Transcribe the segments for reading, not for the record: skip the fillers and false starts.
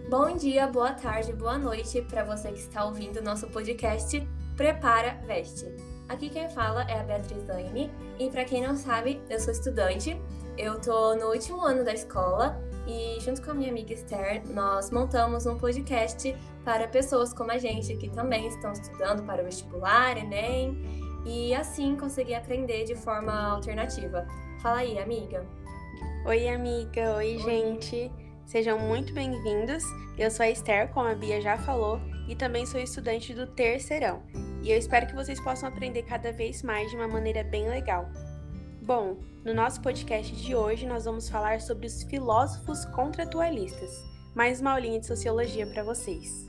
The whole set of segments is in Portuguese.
Bom dia, boa tarde, boa noite para você que está ouvindo o nosso podcast Prepara, Veste. Aqui quem fala é a Beatriz Laine e para quem não sabe, eu sou estudante, eu tô no último ano da escola e junto com a minha amiga Esther, nós montamos um podcast para pessoas como a gente que também estão estudando para o vestibular, Enem e assim conseguir aprender de forma alternativa. Fala aí, amiga. Oi, amiga. Oi, gente. Sejam muito bem-vindos. Eu sou a Esther, como a Bia já falou, e também sou estudante do terceirão. E eu espero que vocês possam aprender cada vez mais de uma maneira bem legal. Bom, no nosso podcast de hoje nós vamos falar sobre os filósofos contratualistas. Mais uma aulinha de sociologia para vocês.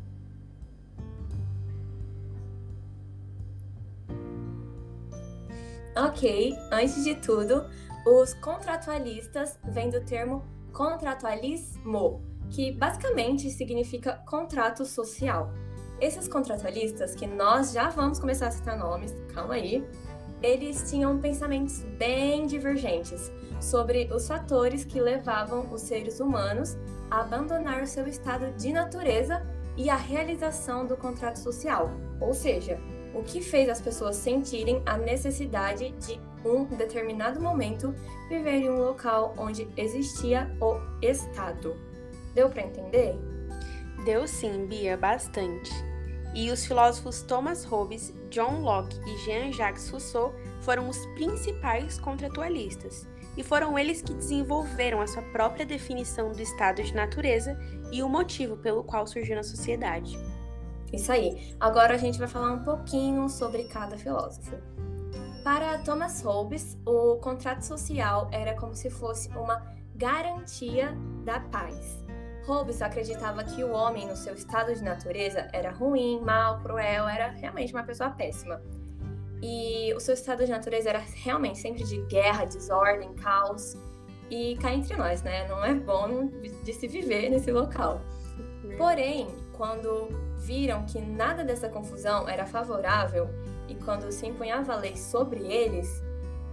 Ok, antes de tudo, os contratualistas vêm do termo contratualismo, que basicamente significa contrato social. Esses contratualistas, que nós já vamos começar a citar nomes, calma aí, eles tinham pensamentos bem divergentes sobre os fatores que levavam os seres humanos a abandonar o seu estado de natureza e a realização do contrato social, ou seja, o que fez as pessoas sentirem a necessidade de um determinado momento viver em um local onde existia o Estado. Deu para entender? Deu sim, Bia, bastante. E os filósofos Thomas Hobbes, John Locke e Jean-Jacques Rousseau foram os principais contratualistas, e foram eles que desenvolveram a sua própria definição do estado de natureza e o motivo pelo qual surgiu na sociedade. Isso aí. Agora a gente vai falar um pouquinho sobre cada filósofo. Para Thomas Hobbes, o contrato social era como se fosse uma garantia da paz. Hobbes acreditava que o homem, no seu estado de natureza, era ruim, mau, cruel, era realmente uma pessoa péssima. E o seu estado de natureza era realmente sempre de guerra, desordem, caos. E cá entre nós, né? Não é bom de se viver nesse local. Porém, quando viram que nada dessa confusão era favorável e quando se impunhava a lei sobre eles,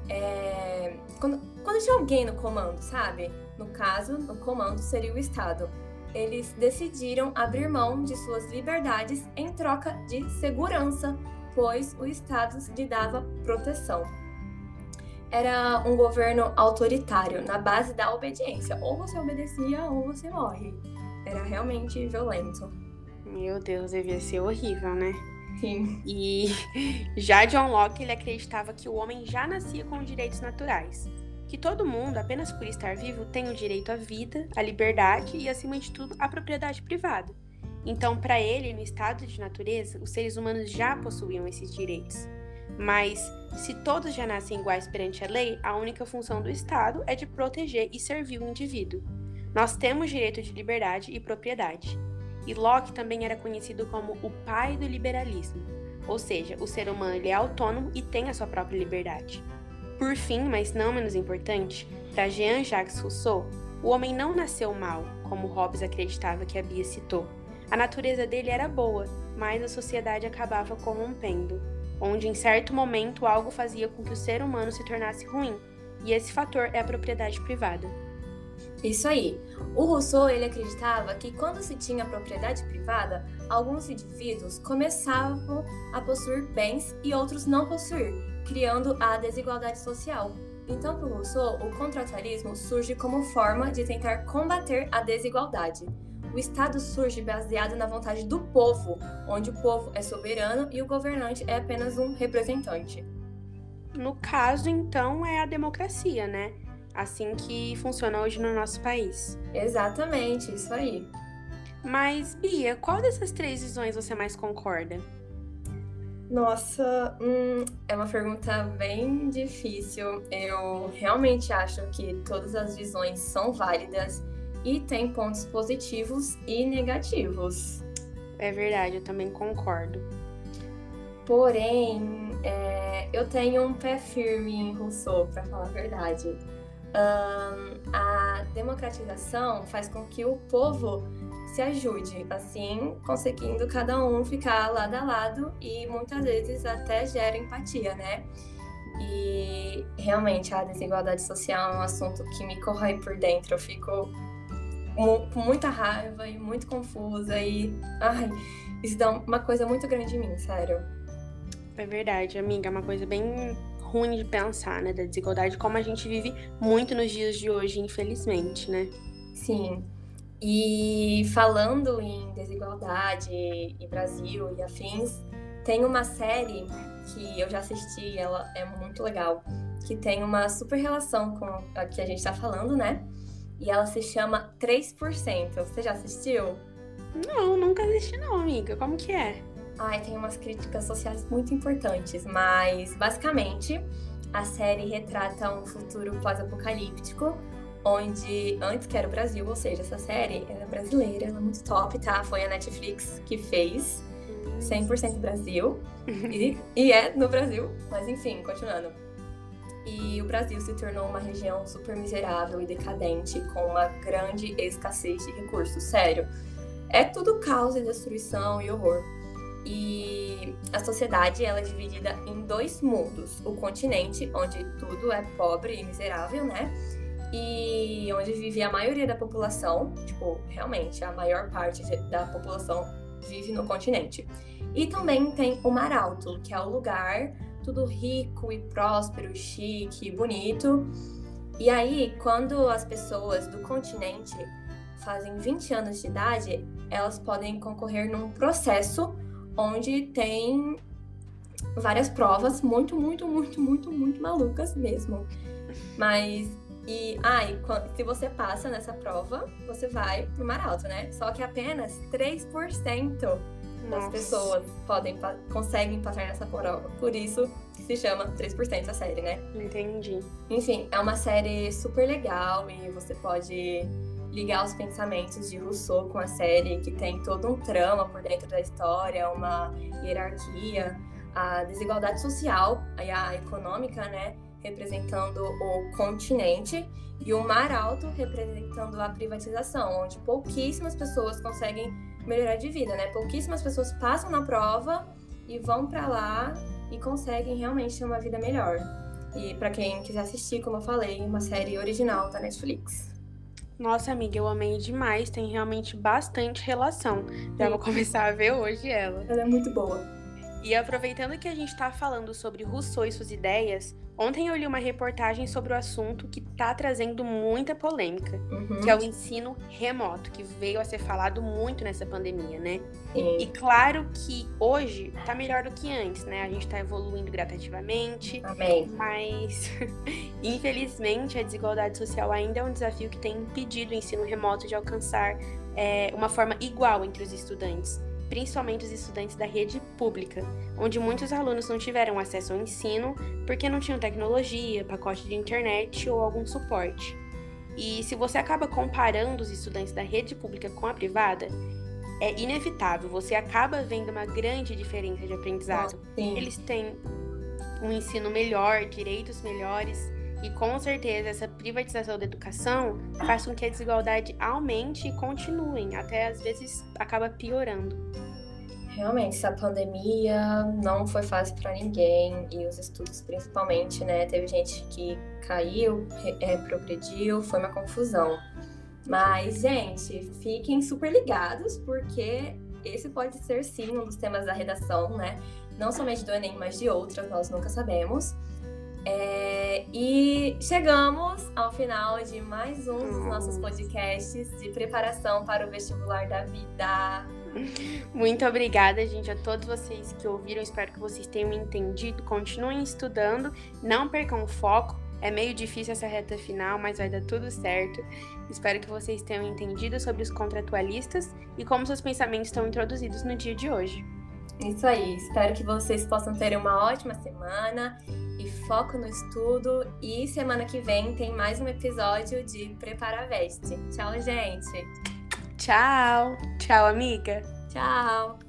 quando tinha alguém no comando, sabe? No caso, no comando seria o Estado. Eles decidiram abrir mão de suas liberdades em troca de segurança, pois o Estado lhe dava proteção. Era um governo autoritário, na base da obediência. Ou você obedecia ou você morre. Era realmente violento. Meu Deus, devia ser horrível, né? Sim. E já John Locke, ele acreditava que o homem já nascia com direitos naturais, que todo mundo, apenas por estar vivo, tem o direito à vida, à liberdade e, acima de tudo, à propriedade privada. Então, para ele, no estado de natureza, os seres humanos já possuíam esses direitos. Mas, se todos já nascem iguais perante a lei, a única função do Estado é de proteger e servir o indivíduo. Nós temos direito de liberdade e propriedade. E Locke também era conhecido como o pai do liberalismo, ou seja, o ser humano ele é autônomo e tem a sua própria liberdade. Por fim, mas não menos importante, para Jean-Jacques Rousseau, o homem não nasceu mal, como Hobbes acreditava que a Bia citou. A natureza dele era boa, mas a sociedade acabava corrompendo, onde em certo momento algo fazia com que o ser humano se tornasse ruim, e esse fator é a propriedade privada. Isso aí. O Rousseau, ele acreditava que quando se tinha propriedade privada, alguns indivíduos começavam a possuir bens e outros não possuir, criando a desigualdade social. Então, para o Rousseau, o contratualismo surge como forma de tentar combater a desigualdade. O Estado surge baseado na vontade do povo, onde o povo é soberano e o governante é apenas um representante. No caso, então, é a democracia, né? Assim que funciona hoje no nosso país. Exatamente, isso aí. Mas, Bia, qual dessas três visões você mais concorda? Nossa, é uma pergunta bem difícil. Eu realmente acho que todas as visões são válidas e têm pontos positivos e negativos. É verdade, eu também concordo. Porém, eu tenho um pé firme em Rousseau, para falar a verdade. A democratização faz com que o povo se ajude, assim conseguindo cada um ficar lado a lado e muitas vezes até gera empatia, né? E realmente a desigualdade social é um assunto que me corrói por dentro, eu fico com muita raiva e muito confusa e... Ai, isso dá uma coisa muito grande em mim, sério. É verdade, amiga, é uma coisa bem ruim de pensar, né, da desigualdade, como a gente vive muito nos dias de hoje, infelizmente, né? Sim. E falando em desigualdade e Brasil e afins, tem uma série que eu já assisti, ela é muito legal, que tem uma super relação com a que a gente tá falando, né? E ela se chama 3%. Você já assistiu? Não, nunca assisti não, amiga. Como que é? Ai, tem umas críticas sociais muito importantes, mas basicamente a série retrata um futuro pós-apocalíptico, onde antes que era o Brasil, ou seja, essa série ela é brasileira, ela é muito top, tá? Foi a Netflix que fez, 100% Brasil, e é no Brasil, mas enfim, continuando. E o Brasil se tornou uma região super miserável e decadente, com uma grande escassez de recursos, sério. É tudo caos e destruição e horror. E a sociedade ela é dividida em 2 mundos. O continente, onde tudo é pobre e miserável, né? E onde vive a maioria da população, tipo, realmente, a maior parte da população vive no continente. E também tem o Mar Alto, que é o lugar tudo rico e próspero, chique, bonito. E aí, quando as pessoas do continente fazem 20 anos de idade, elas podem concorrer num processo onde tem várias provas muito malucas mesmo. Mas, se você passa nessa prova, você vai pro Mar Alto, né? Só que apenas 3% das pessoas conseguem passar nessa prova. Por isso que se chama 3% a série, né? Entendi. Enfim, é uma série super legal e você pode ligar os pensamentos de Rousseau com a série, que tem todo um trama por dentro da história, uma hierarquia, a desigualdade social e a econômica, né, representando o continente, e o Mar Alto representando a privatização, onde pouquíssimas pessoas conseguem melhorar de vida, né? Pouquíssimas pessoas passam na prova e vão pra lá e conseguem realmente ter uma vida melhor. E pra quem quiser assistir, como eu falei, uma série original da Netflix. Nossa, amiga, eu amei demais. Tem realmente bastante relação. Já vou começar a ver hoje ela. Ela é muito boa. E aproveitando que a gente tá falando sobre Rousseau e suas ideias, ontem eu li uma reportagem sobre o assunto que tá trazendo muita polêmica, que é o ensino remoto, que veio a ser falado muito nessa pandemia, né? Sim. E claro que hoje tá melhor do que antes, né? A gente tá evoluindo gradativamente. Amém. Mas, infelizmente, a desigualdade social ainda é um desafio que tem impedido o ensino remoto de alcançar uma forma igual entre os estudantes, principalmente os estudantes da rede pública, onde muitos alunos não tiveram acesso ao ensino porque não tinham tecnologia, pacote de internet ou algum suporte. E se você acaba comparando os estudantes da rede pública com a privada, é inevitável, você acaba vendo uma grande diferença de aprendizado. Sim. Eles têm um ensino melhor, direitos melhores, e com certeza essa privatização da educação faz com que a desigualdade aumente e continue, até às vezes acaba piorando. Realmente, essa pandemia não foi fácil para ninguém, e os estudos principalmente, né? Teve gente que caiu, progrediu, foi uma confusão. Mas, gente, fiquem super ligados, porque esse pode ser sim um dos temas da redação, né? Não somente do Enem, mas de outras, nós nunca sabemos. E chegamos ao final de mais um dos nossos podcasts de preparação para o vestibular da vida. Muito obrigada, gente, a todos vocês que ouviram. Espero que vocês tenham entendido. Continuem estudando, não percam o foco. É meio difícil essa reta final, mas vai dar tudo certo. Espero que vocês tenham entendido sobre os contratualistas e como seus pensamentos estão introduzidos no dia de hoje. Isso aí, espero que vocês possam ter uma ótima semana e foco no estudo. E semana que vem tem mais um episódio de Prepara a Veste. Tchau, gente! Tchau! Tchau, amiga! Tchau!